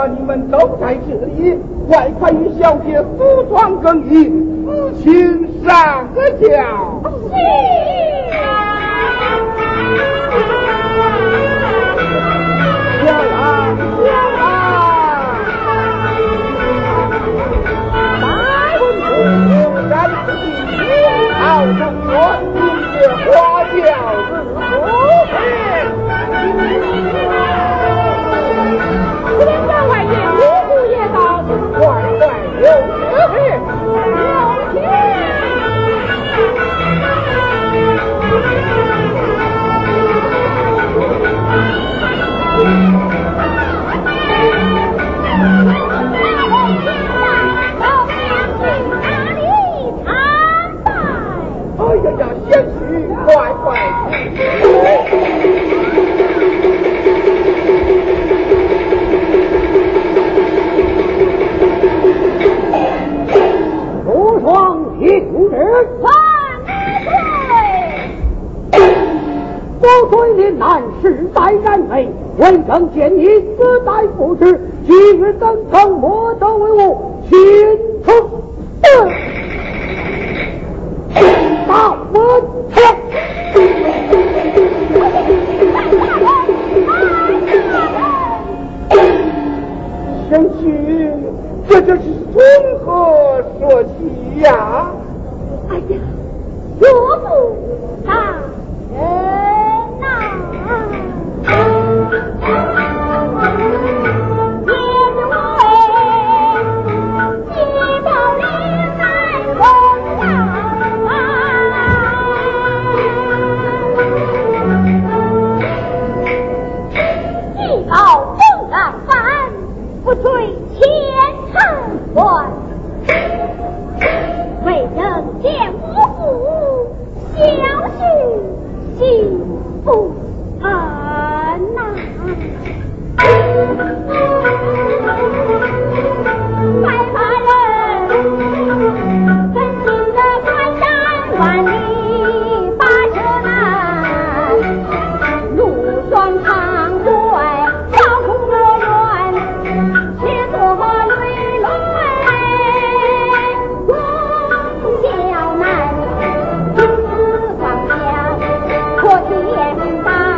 你们都在这里，快快与小姐服装更衣，此情上个轿。小郎，小郎，来问战士的好中国，今夜花轿日不在外面呼呼也道， 快快有礼， 有请。 哎呀呀，贤婿，快快！ 朱双听旨，不对林南世代然为，文正见你子代父之，今日登城莫得为吾心出大文贤婿，这是从何说起呀？ 哎呀，岳父大人呐！不追前程还，为能见我父，小婿心不安呐。白发人，真心的开山万里把车难，路双长对照空乐园。且做累累，光脚难，君子放下破天大。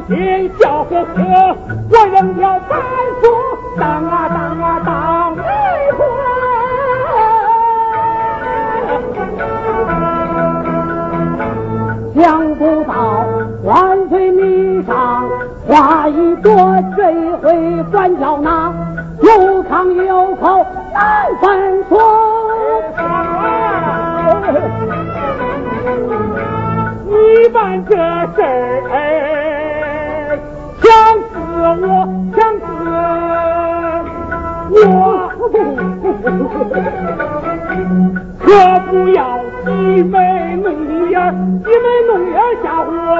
心笑呵呵，我仍要反复当啊当啊当美官。想不到万岁迷上话一多，这一回管教那有炕有口难分说。你办这事儿想死我，想死我，可不要挤眉弄眼，挤眉弄眼吓我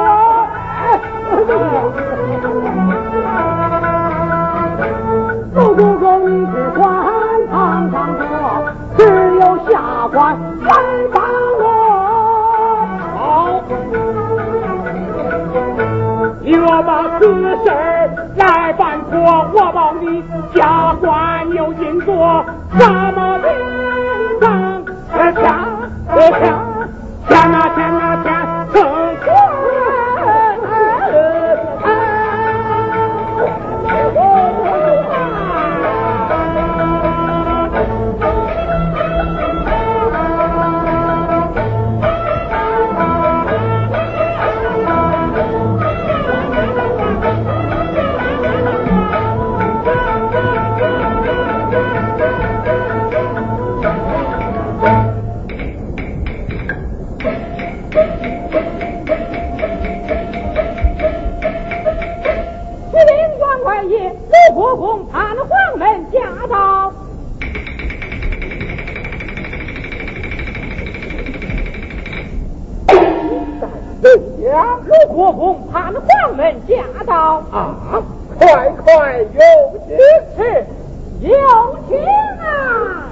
去。如果你只管堂上说，只有下官来办我。好，你若把此事来办妥，我保你下官有金座，什么名堂钱啊成官。国公盼皇门驾到，卢国公盼皇门驾到啊！快快有请， 是有请啊！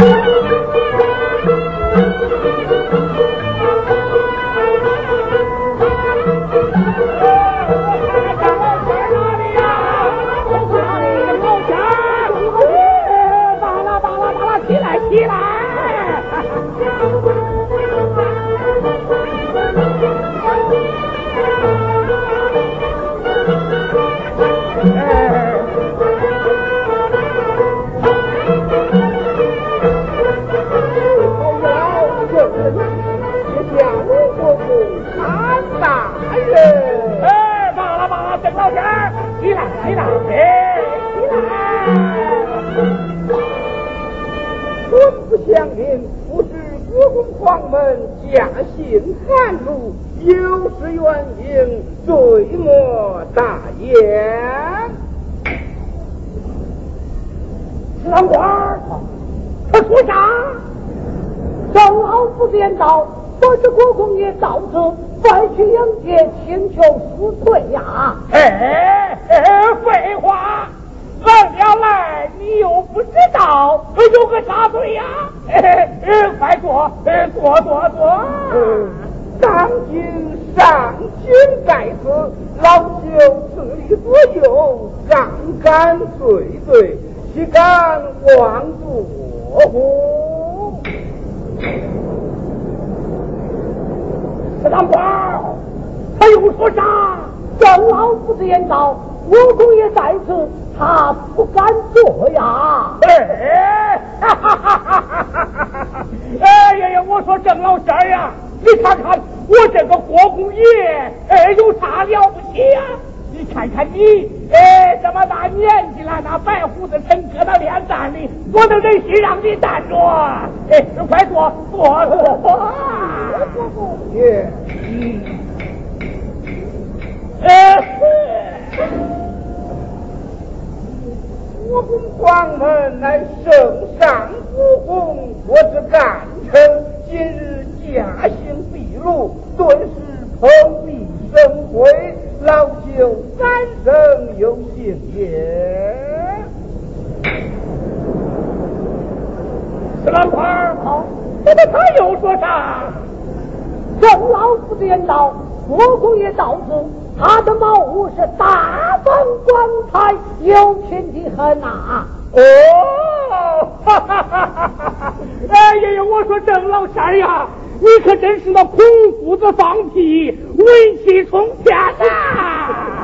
起来！ 相令不是国公皇门驾幸寒露，有失远迎，罪莫大焉。 老官，他说啥？张老夫见到，我这国公爷到此，快去迎接，请求赎罪呀！ 废话。俺要来，你又不知道有个啥罪呀？快坐，坐。当今上卿在此，老朽此理所有，刚敢罪罪，岂敢妄作乎？ 这当官他又说啥？张老夫子言道，我公爷在此，他不敢做呀！ 哎呀，我说郑老师呀，你看看我这个国公爷，有啥了不起呀？你看看你，这么大年纪了，那白胡子成搁到脸蛋里，我能忍心让你担着？快坐。国公爷，国公皇门乃圣上国公，我之干臣今日驾幸秘鲁，顿时蓬荜生辉，老朽三生有幸也。 这老块儿好，他又说啥？郑老夫子言道，国公爷到此，他的茅屋是大放光彩，有钱的很啊！ 哎呀，我说郑老三呀，你可真是那孔夫子放屁，文气冲天呐！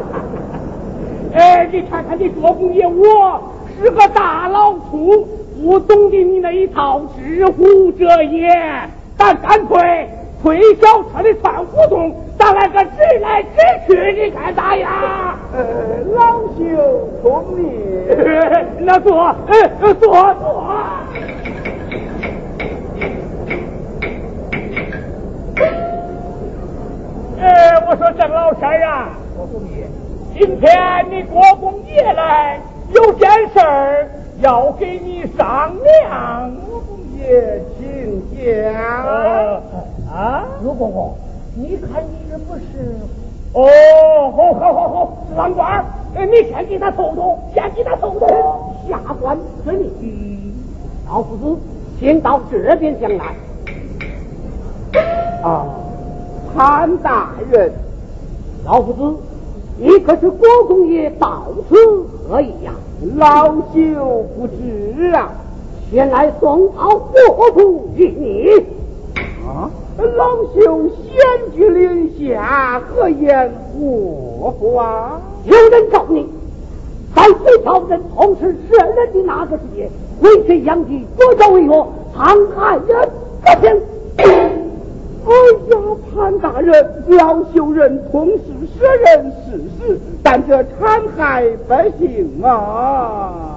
不懂得你那一套知乎者也，咱干脆推销车的串胡同，咱来个直来直去，你看咋样？ 老朽聪明。 那坐。我说郑老三啊，国公爷，今天你国公爷来，有件事儿要给你商量。 国公爷，请讲。 卢公公，你看你这不是？好，郎官，你先给他透透，下官遵命。老夫子，请到这边讲来。 潘大人， 老夫子，你可是国公爷到此何意呀？ 老朽不知啊。 前来送到国府于你。 老朽先居临下，何言祸福啊？ 有人告你，在隋朝人同时射人的那个时节，为谁养鸡，左脚为恶，残害人不平。 哎呀，潘大人，老朽认同是舍人事实，但这残害百姓啊！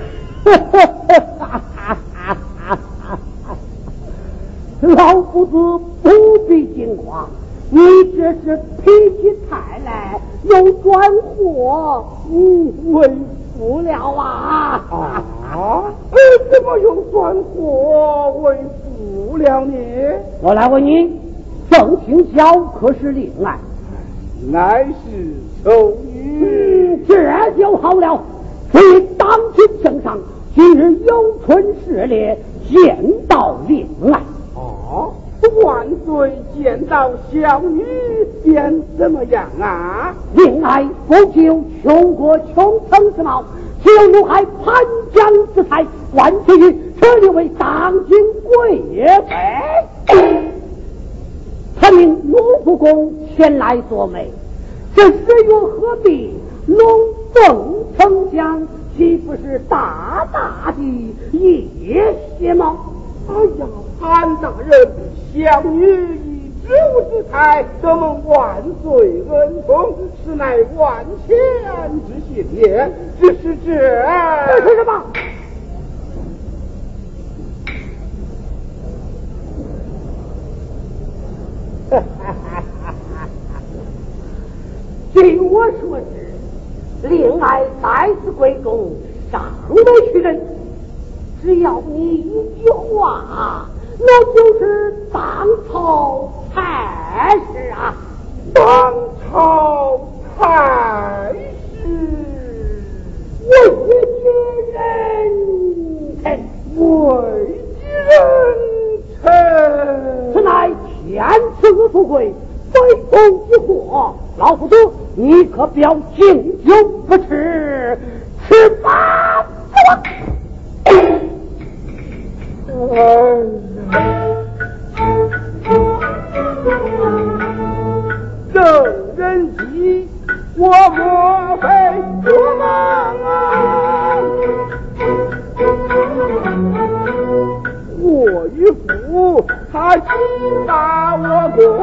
老夫子不必惊慌，你这是脾气太来，又转祸，为不了啊！ 怎么又转祸为不了你？ 我来问你，郑清霄可是令爱？ 乃是丑女。 这就好了。所以当今圣上，今日有春试猎，见到令爱。 万岁见到小女便怎么样啊？ 令爱不久穷国穷城之貌，只有怒害潘江之才，万岁于这里为当今贵妃。他命卢浮宫前来作媒，这事与何必？龙凤丞相岂不是大大的野些吗？ 哎呀，潘大人，小女以知物之才得蒙万岁恩宠，实乃万千之幸也。只是这是什么？据我所知，令爱在此贵宫尚未去人，只要你一句话，那就是当朝差事啊！ 当朝差事， 位居人臣， 位居人臣， 此乃天赐富贵，非同之祸。老夫子，你可不要敬酒不吃，吃吧！ 正人急，我莫非做梦啊？我与父他击打我国，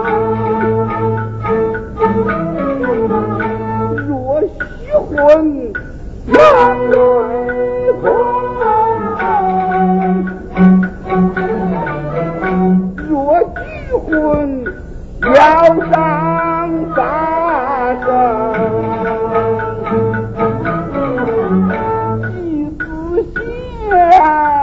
若虚婚让泪光，若虚婚要上法身，妻子下。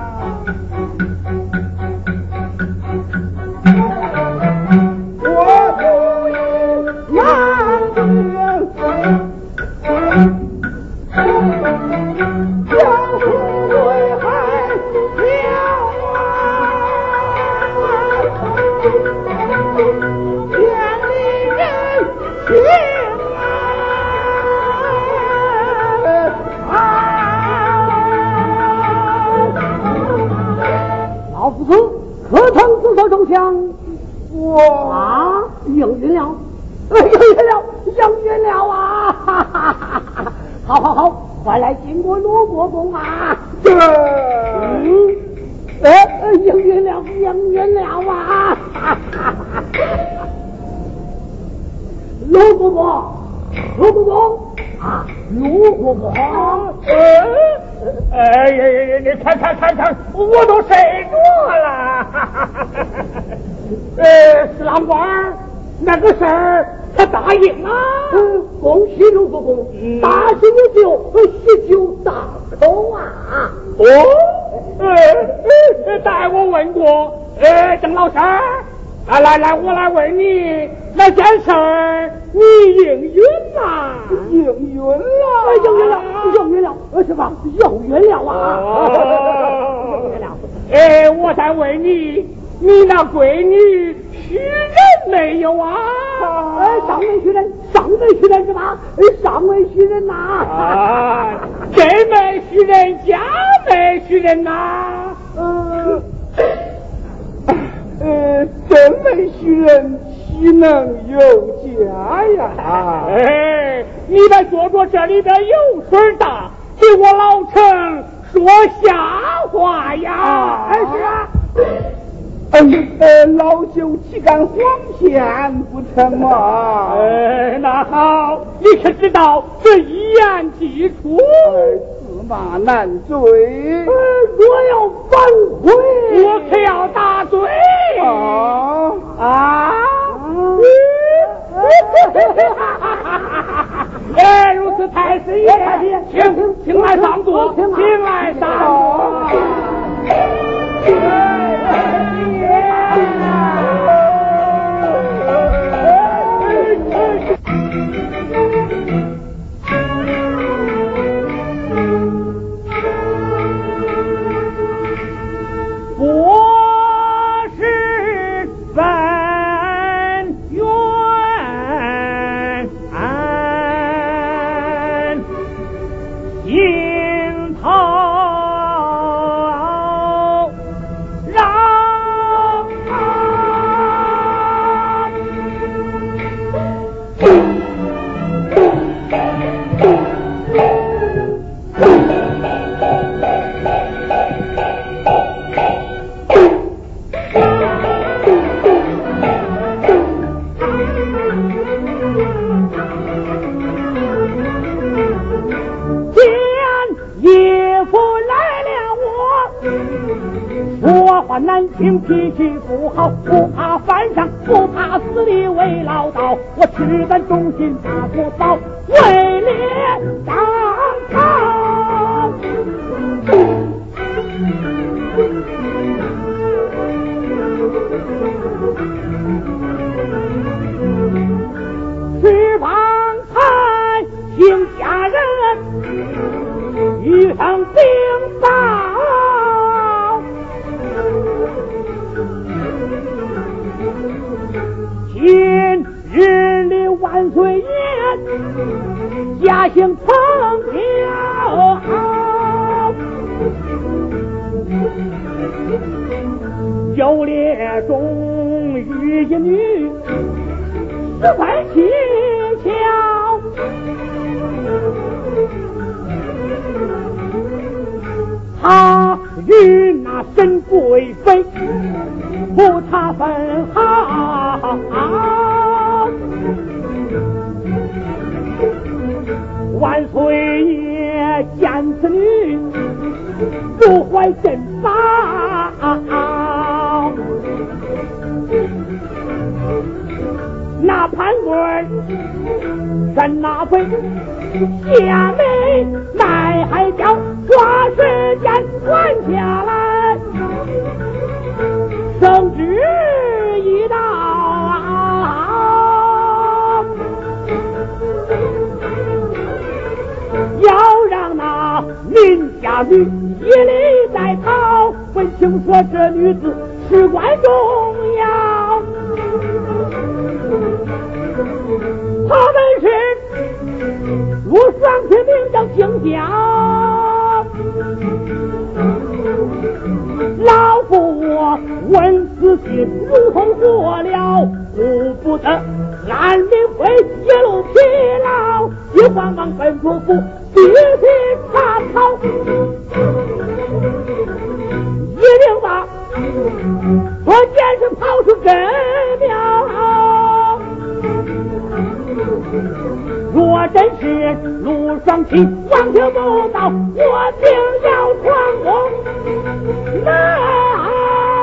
丞相，我应允了，应允了啊！哈哈哈哈！好，快来经过罗国公啊！这应允了，应允了啊！卢伯伯，卢伯伯啊，卢伯伯， 你看，我都睡着了。侍郎官，那个事儿他答应了。 恭喜卢伯伯，大喜有酒，喜酒大口啊！ 待我问过，郑老师，来，我来问你，那件事儿你应允啦？ 应允了，是吧？应允了啊！应允了。 我再问你，你那闺女许人没有啊？ 尚未许人是吧？尚未许人呐！ 真没许人，假没许人呐？ 真没许人，岂能有假呀？ 你来说说这里边有水大，给我老陈说瞎话呀！ 是啊。老朽岂敢谎骗不成吗？ 那好，你可知道这一言既出， 驷马难追。若要反悔， 我可要打罪如此太师爷，请来上座，请来上座。我是本源心头难听，脾气不好，不怕犯上，不怕死里为唠叨。我吃咱忠心大不保，为烈当朝。吃饭菜请家人，遇上病灶。今日里万岁宴，家兴成条，有列中遇一女，十分蹊跷。她与那沈贵妃不差分毫，万岁爷见此女不怀真宝，那判官沈那妃下眉卖海椒，抓时间还下来，圣旨一到，要让那民家女一力在逃。闻听说这女子事关重要，他们是如双天名叫姓姜，老夫我闻此信如同火燎，顾不得安民会一路疲劳，急慌忙奔出府，必须查抄。 若真是陆双喜忘情不道，我定要闯宫难。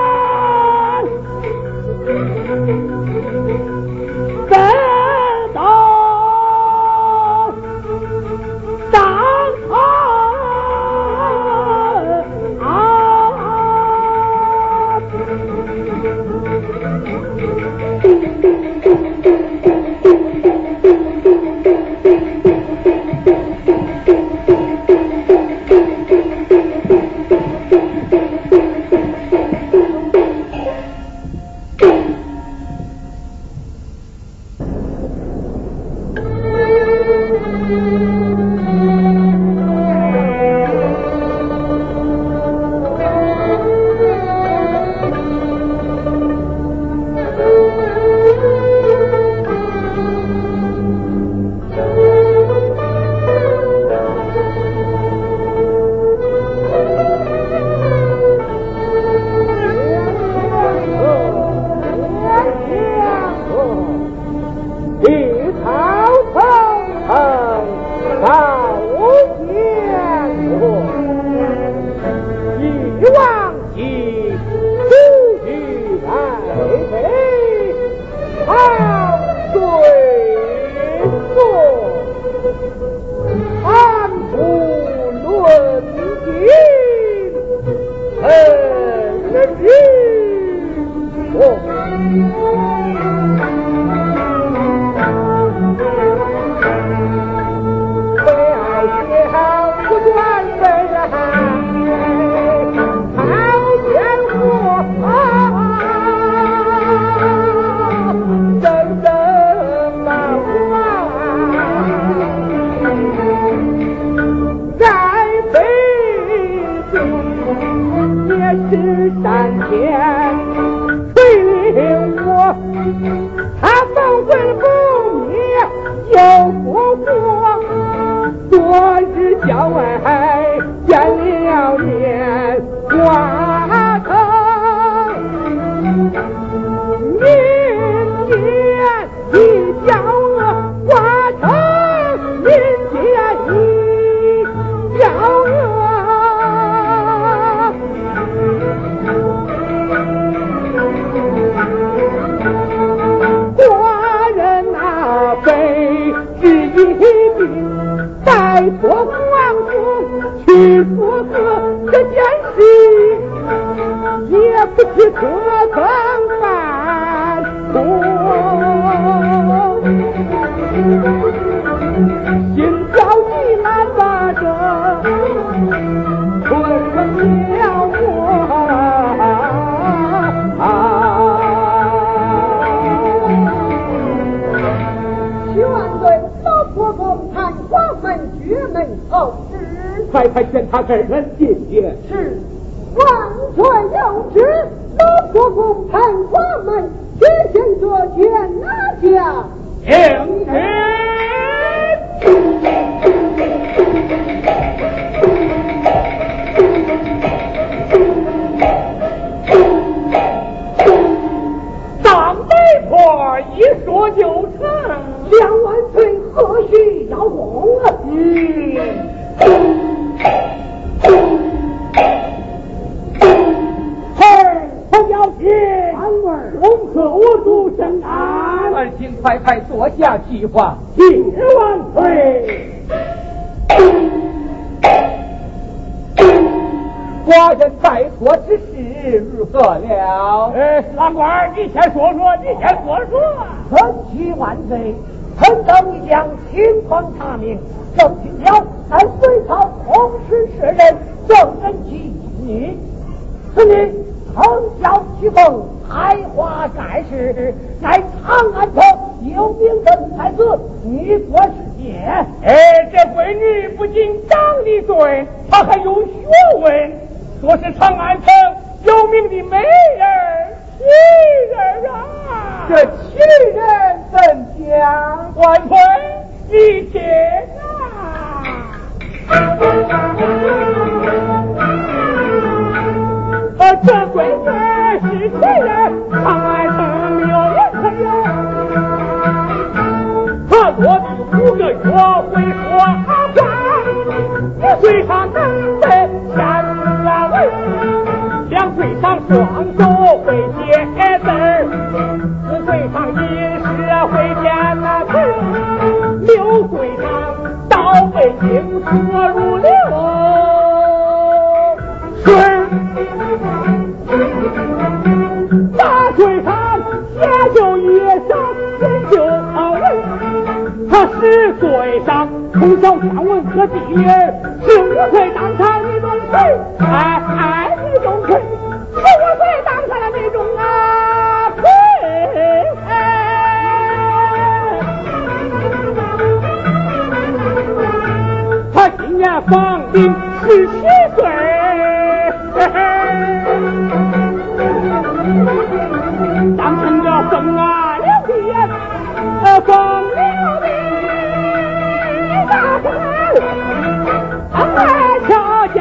快劝他二人进去。 是，万岁有旨，老国公判官们决心作权拿下。 请旨。张媒婆一说就成， 梁万岁何须要功啊？ 恭贺我主圣安， 儿请快快坐下计划。 谢万岁。 寡人拜托之事如何了？ 郎官，你先说说，你先说说。 臣启万岁，臣等已将情况查明，正今了在隋朝同时设人正人其女，此女承孝启奉，才华盖世，乃长安城有名的才子，女国世界。 这闺女不仅长得俊，她还有学问，说是长安城有名的美人奇人啊！ 这奇人怎讲？ 万岁，你听啊！这闺女是奇人，长安城没有人可有。她若 5个月会说话，1岁上能背1000文，2岁上双手会写字，4岁上吟诗会填词，6岁上倒背经说如流水，8岁上写就一生研究文，他10岁上从小天文和地理，15岁当上李钟馗，李钟馗，15岁当上了李钟馗，他今年方龄17岁，当成个风啊了的，风了的大神，来瞧家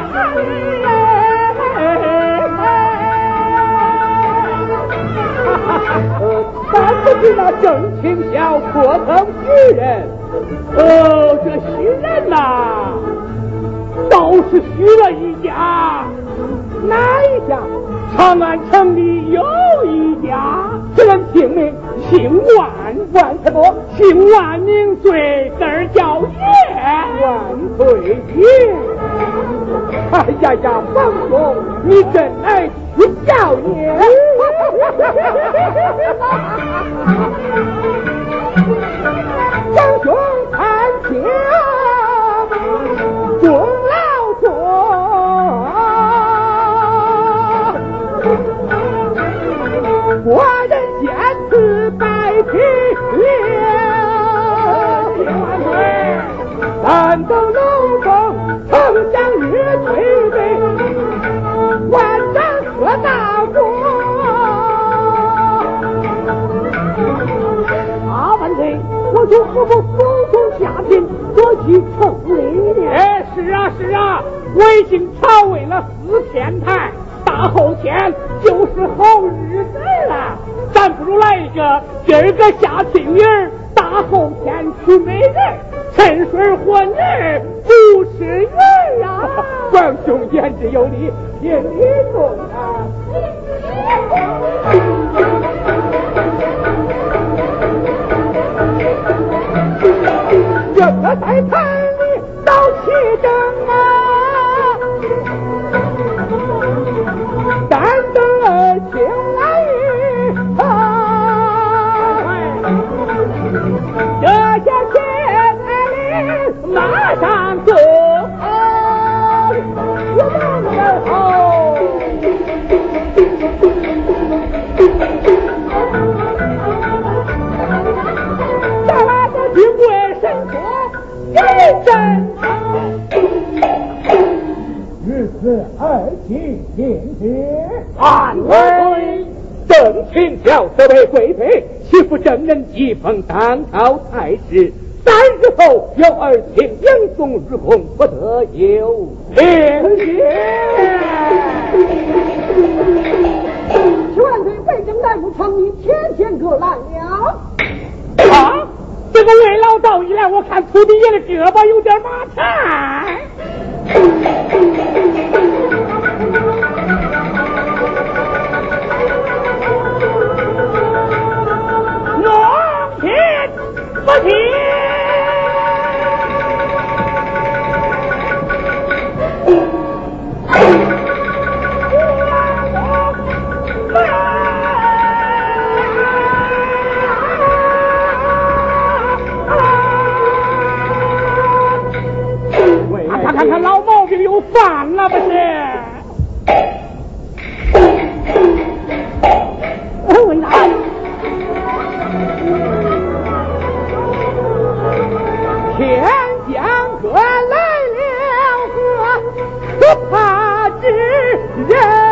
咱不是那正清校破头虚人，这虚人呐，都是虚了一家。哪一家？长安城里有一家，这人姓名姓万，万才多，姓万名岁，字儿叫叶，万岁爷。哎呀呀，王兄，你真爱去叫爷。张兄看清尊老尊，我人先此白皮了，万岁！咱等龙凤曾将日推背，万丈和大国。万岁！我就何不手中下聘，夺取成礼呢？是啊是啊，我已经朝为了4天台，大后天就是好日子了。咱不如来一个今儿个下青泥，大后天娶美人，趁水活泥不吃鱼啊！王兄言之有理，心里重啊。这个在坛里闹气争啊，但得请来这些钱马上走，我们好。再来个军贵神说给真日子2期停止，安慰邓清晓这位贵妃欺负正人即封当朝太师，3日后有儿请迎送入宫，不得有停歇。 求万岁，北京大夫传你天各来了。 啊，这个魏老道一来，我看土地爷的胳膊有点麻缠。弄天不停。看老毛病又犯了，不是？文大，天将哥来了个可怕之人，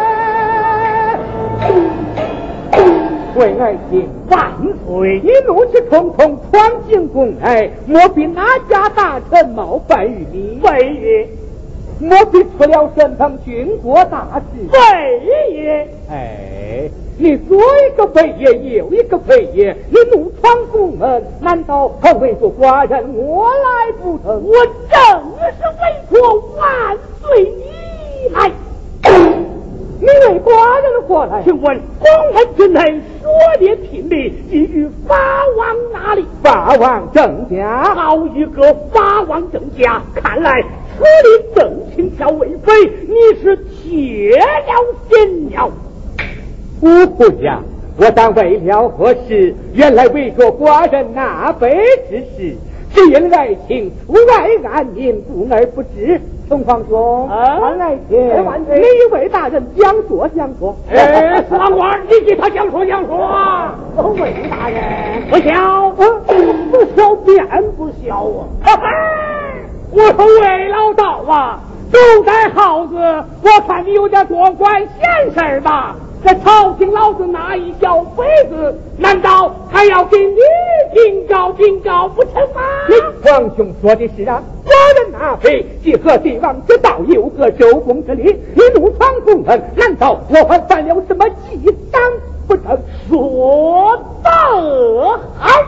为爱情万岁！你怒气冲冲闯进宫来，莫非哪家大臣冒犯于你？非也。莫非出了神堂军国大事？非也。哎， 你左一个非也，右一个非也，你怒闯宫门，难道还为做寡人我来不成？ 我正是为国万岁你来。 你为寡人过来？ 请问宫门之内说列聘礼，基于法王哪里？ 法王正家， 好一个法王正家！看来此理邓清霄为妃，你是铁了心了。 不呀，我当为了何事？原来为着寡人纳妃之事，只因爱情出外暗明，故而不知。东方兄，爱情，哪位大人讲说讲说？ 四郎官，你给他讲说讲说。 魏大人， 不孝， 不孝便不孝啊！ 我说魏老道啊，都带耗子，我看你有点多管闲事吧。这朝廷老子哪一小妃子，难道还要给你禀告不成吗？ 你皇兄说的是啊，寡人纳妃既合帝王之道，又合周公之礼，你怒闯宫门，难道我还犯了什么忌惮不成？ 说得好，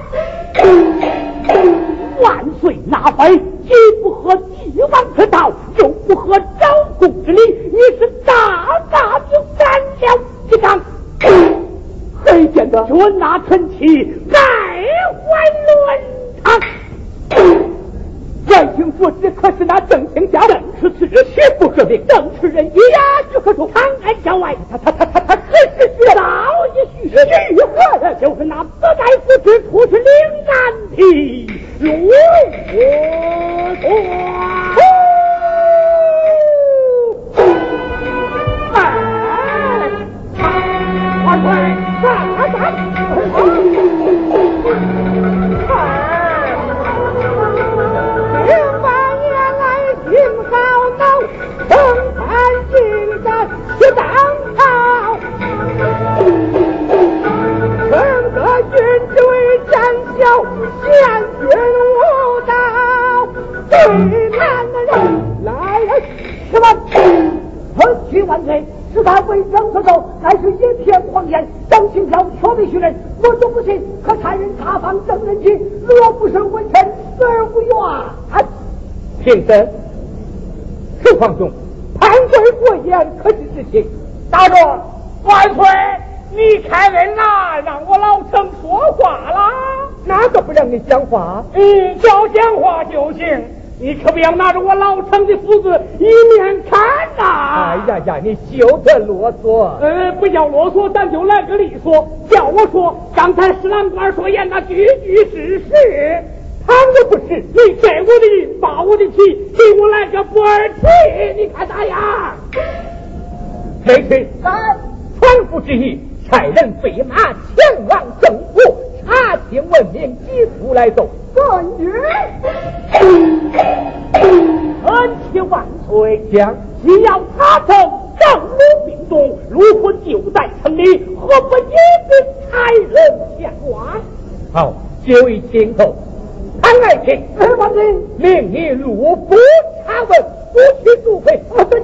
万岁纳妃既不合帝王之道，又不合周公之礼，你是大大的犯了一章。 黑见的准那臣妻改换伦常。 外卿所指可是那邓清家？ 正是此人，岂不可命？正是人一呀，只可出长安郊外。他可是徐早一许何人？就是那不该不知出去岭南的卢万岁！ 千万年来今好恼，曾盼应该去当朝，曾得君之为将校，贤君无道，最难的人来人是吧？臣去万岁！是他为政所奏，乃是一片谎言。邓清霄确为虚人，我就不信可差人查访证人去，若不是文臣，死而无怨。平身，石皇兄，潘贵过言，可知之情？ 大众，万岁！你开恩啦，让我老臣说话啦。 哪个不让你讲话？ 少讲话就行。你可不要拿着我老臣的斧子一面看呐！ 哎呀呀，你休得啰嗦。 不要啰嗦，咱就来个利索。叫我说，刚才石郎官说言那句句是实。倘若不是，你给我的印，把我的旗，给我来个不二气，你看咋样？ 没事。传父之意，差人飞马前往政府查清问明，即速来奏。 遵旨。 臣妾万岁！ 讲， 只要查证正路并动，如果就在城里，何不一并差人前往？ 好，就以请奏。潘爱卿，万岁，命你入府查问，不去助会。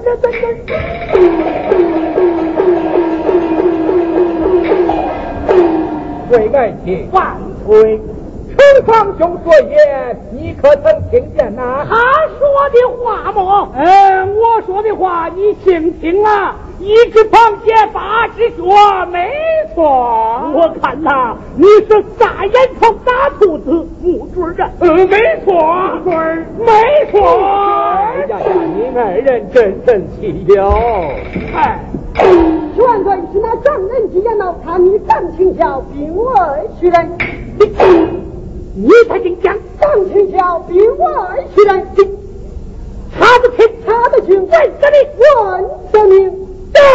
魏爱卿， 万岁！ 陈皇兄说言，你可曾听见呐？ 他说的话么？我说的话你听了。一只螃蟹八只脚，没错。我看呐，你是大眼头大兔子，木准的。没错，准没错。 哎呀呀，你二人真神奇了。 万岁，是那丈人之言了，看你邓清霄并未许人。 你才竟讲邓清霄并未许人， 查得清，问着你， 问着你。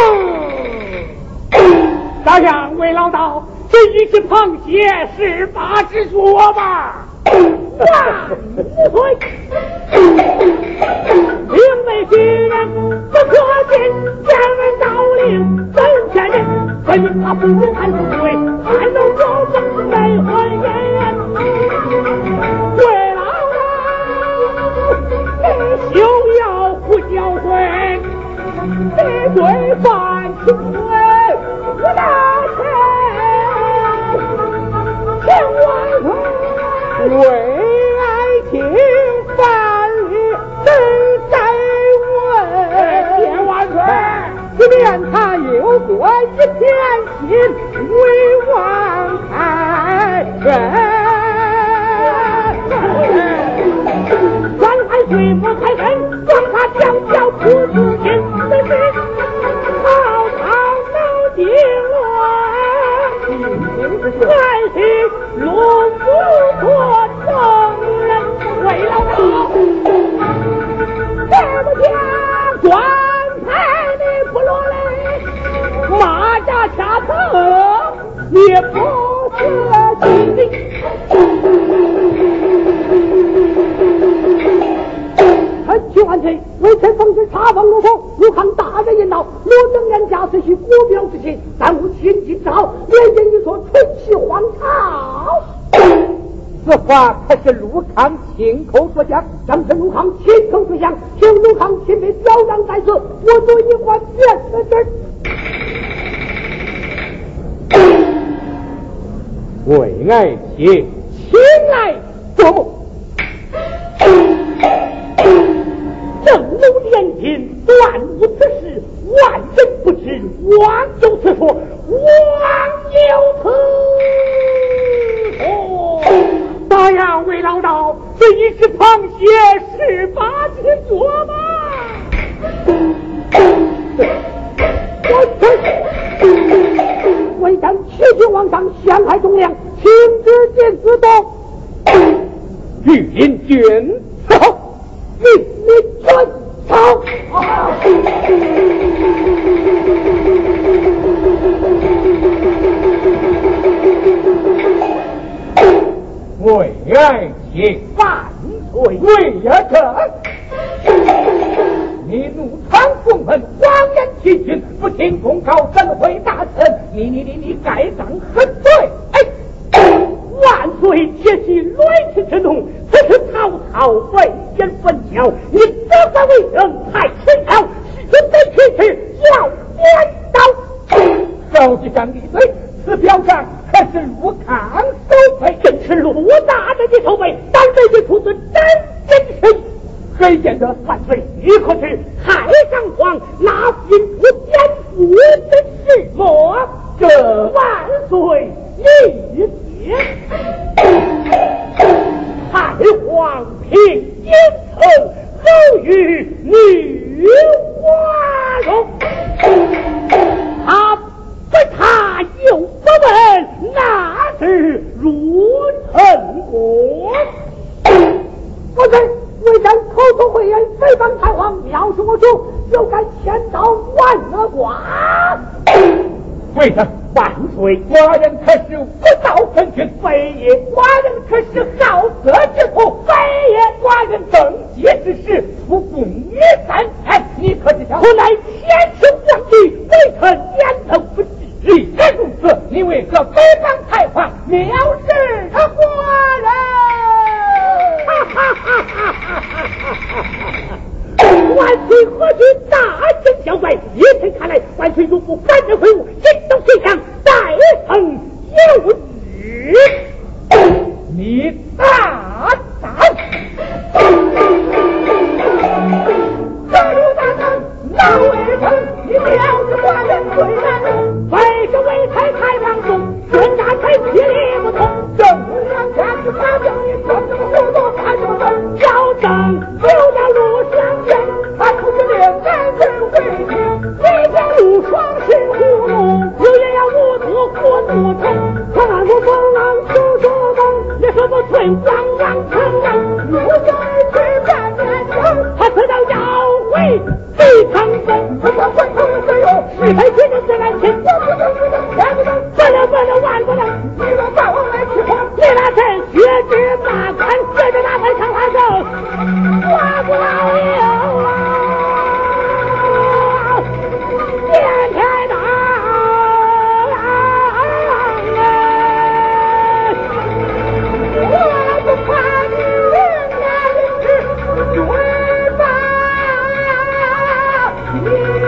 大将魏老道，这一只螃蟹是八只脚吧？万岁！因为虚人不可信，前人道令真骗人，所以他不看不对，看到我们没婚姻。魏老道，你休要不交婚，你对犯情罪，我大臣。 也不是心。臣启万岁，微臣奉旨查访陆丰，陆康大人言道，陆正言家虽系国标之亲，但无千金之好，连言一说春气皇朝。 此话可是陆康亲口说讲？ 正是陆康亲口说讲，请陆康亲笔表彰在此，我做一官面的事。 为爱卿，请来做梦。 正如连襟，断无此事，万人不知，枉有此说，枉有此说。 大呀，魏老道，这一是螃蟹18只脚吗？ 为将齐君王上陷害忠良，请旨见子东。 御林军伺候。 命令遵从。 为爱卿万岁！为儿臣，你怒闯宫门，谎言欺君，不听公告，怎会大臣？你该当何罪？ 万岁，且息雷霆之怒，此是曹操为奸焚教，你责怪为人太迟了，准备去要颠倒。 手机上立罪，此表上可是陆康手背， 正是陆大人的手背，但为的出自真真实。 谁见得万岁，你可知太上皇那兵不颠覆的事么？ 这万岁，理解。太皇凭奸臣，后与女花容。他又不问，那是如臣国。万岁，为将口头慧言诽谤太皇，藐视我主，就该千刀万恶剐。 为什万岁？寡人可是不道分君， 非也；寡人可是好色之徒，非也； 寡人登基之时，不共你3天，你可知晓？ 后来天赐皇帝，为臣言头不知。 既然如此，你为何诽谤太皇，藐视寡人？ 万岁何须大声交怪？依臣看来，万岁如不赶着会晤，心动心想，再成有日。 你大胆！ 何如大胆？那为臣，你藐视寡人罪难容。为这为才开放中，孙大才气力不同。 正让家去发表你真正手动发就正， 要正就要路相见， 他不是连男人为情， 你将路双是糊弄，有也要无足活不成。看俺我风浪手说梦，也说不退汪汪成浪， 如今去半年成， 他知道要回非常分， 怎么会成这样？ 是非决定最难亲， 我不能，天不能， 不能，万不能。 你让大王来去话， 你那是血脂大官，血脂大官上他手，我不老有啊！天天打我不怕你人家的是追吧你。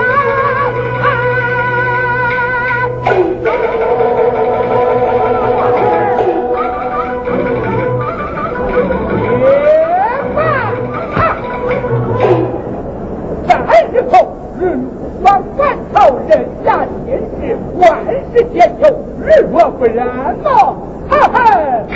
万事皆求，日若不然哦，哈哈！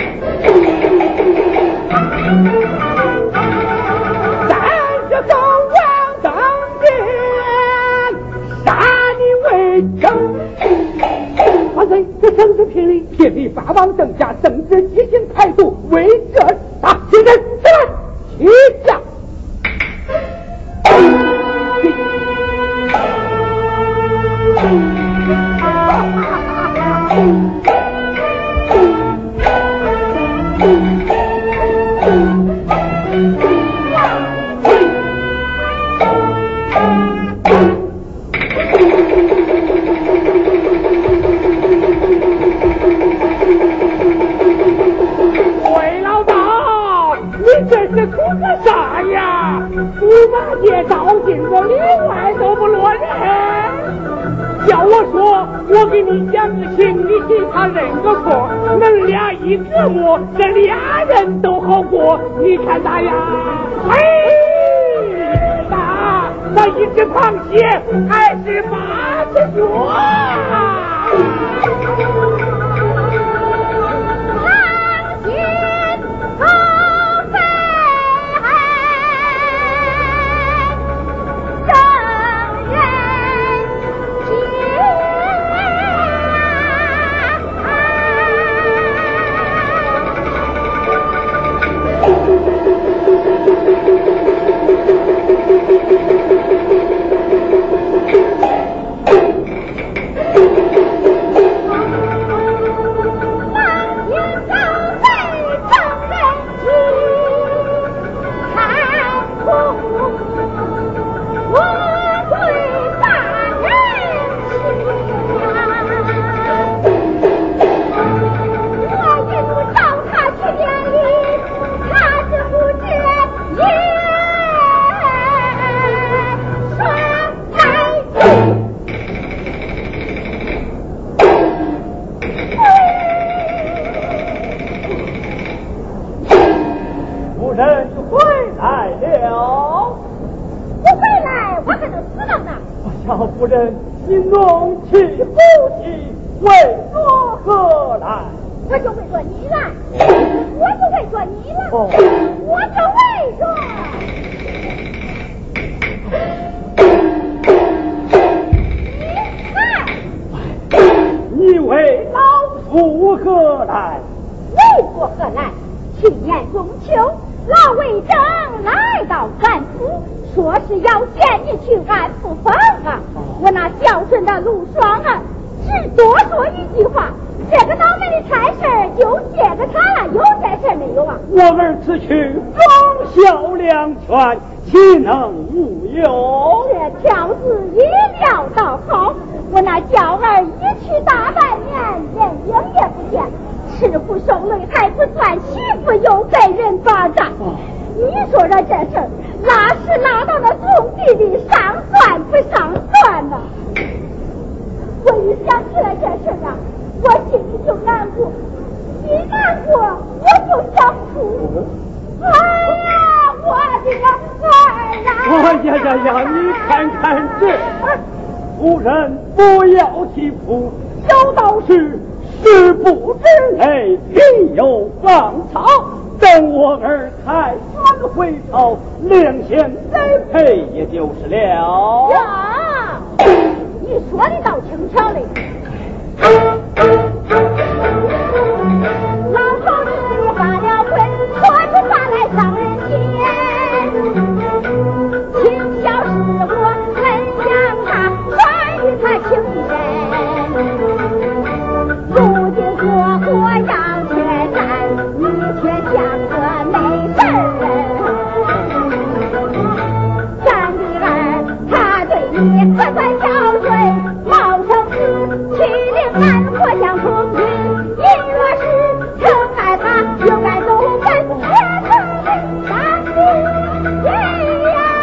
30高王当年，杀你为臣。万岁，这正是聘礼， 聘礼法王正下，正值激情态度，为这大新人起来，起驾。 魏老道，你这是图个啥呀？猪八戒照镜子里外都不落人。叫我说，我给你讲个情，你给他认个错，恁俩一折磨，这俩人都好过，你看咋样？哎，那一只螃蟹还是八只脚啊！夫人，你弄气呼吸为何何来？ 我就为着你来，我就为着你来，我就为着。 你为老夫何来？ 为我何来？去年中秋，老魏征来到俺府，说是要见你去俺府房啊。我那孝顺的陆双啊，只多说一句话，这个倒霉的差事就借给他了，有件事没有啊？ 我儿此去忠孝两全，岂能无有？ 这条子一料到好，我那娇儿一去大半年，人影也不见，吃苦受累还不算，媳妇又被人霸占。你说说这事儿，拉是拉到那总地里，上算不上算呢？我一想起来这事啊，我心里就难过，一难过我就想哭。哎呀，我的个儿啊！ 哎呀，你看看这，夫人不要啼哭，小道士十步之内必有芳草。等我儿开船回朝，两相栽培也就是了。 呀，你说的倒轻巧嘞。老头子也发了困，说出话来伤人心。轻巧是我很想他，传与他情深。如今过火要缺战，你却像个没事人。咱的儿他对你可算孝顺，冒成子去领俺国相同居。你若是疼爱他，就该走本也成为咱的人呀。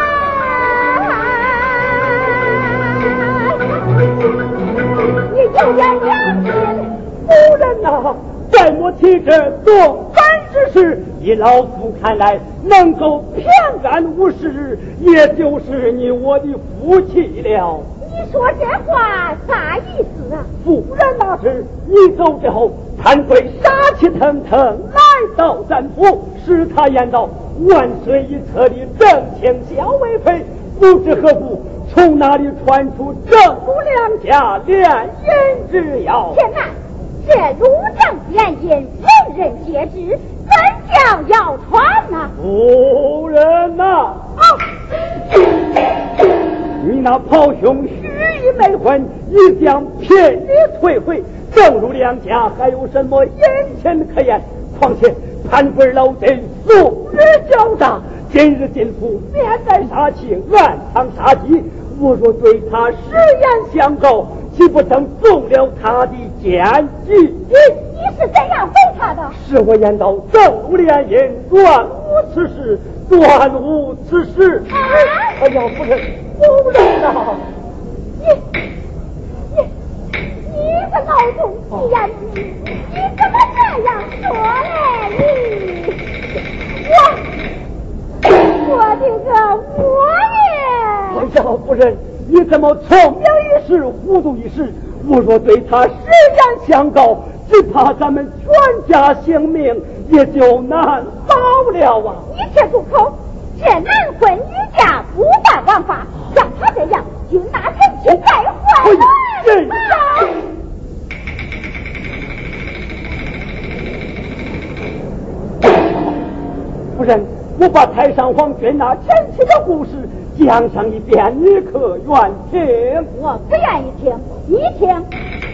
你就要良心。 夫人呐，在我起这做反之事，以老夫看来，能够平安无事，也就是你我的福气了。 你说这话啥意思啊？ 夫人那是你走之后，贪贵杀气腾腾来到咱府，使他言道万岁一册的正卿小为妃，不知何故从哪里传出正府两家联姻之谣。 天哪！这如正联姻，人人皆知，怎将要传呢？ 夫人呐，你那袍兄许以没婚，一将骗你退回，正如两家还有什么眼前可言？况且潘贵老贼昨日交战，今日进府面带杀气，暗藏杀机。我若对他实言相告，岂不成中了他的奸计？ 你是怎样回他的？ 是我言道，正无联姻，断无此事，断无此事。哎呀，夫人，夫人啊！ 你个老东西呀！你怎么这样说嘞？我的个我哎呀，夫人，你怎么聪明一时，糊涂一时？我若对他实言相告，只怕咱们全家性命也就难保了啊！ 你且住口！这男婚女嫁不犯王法，像他这样就拿人去再婚。 夫人，我把太上皇君那前妻的故事讲上一遍，你可愿听？ 我可愿意听，你听。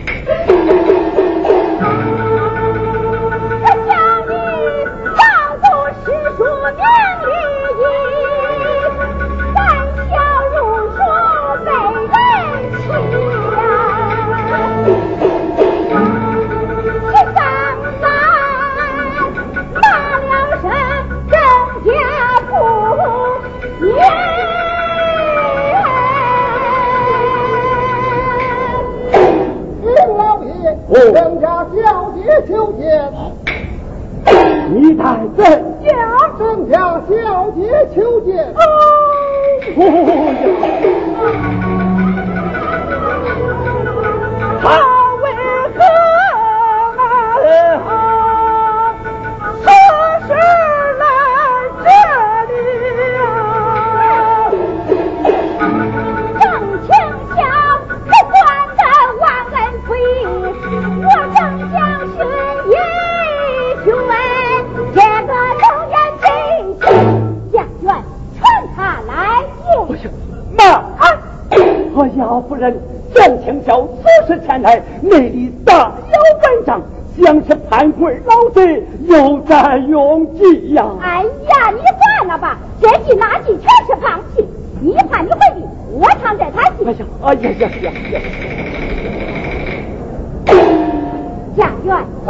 我叫你早读诗书明理义，三小入书被人欺十三男骂了声郑家父郑家小姐求见。 你在怎家？郑家小姐求见。 他为何何时来这里啊？ 郑清霄可管得忘恩负义，我郑将军一去问这个龙眼真心，将军传他来见。 妈！哎呀，夫人，郑清霄此时前来，内里大有文章，想是叛棍老贼，有占用计呀！ 哎呀，你算了吧，这计那计全是放弃。你判你回去，我唱这台戏。 哎呀呀呀呀！ 家园。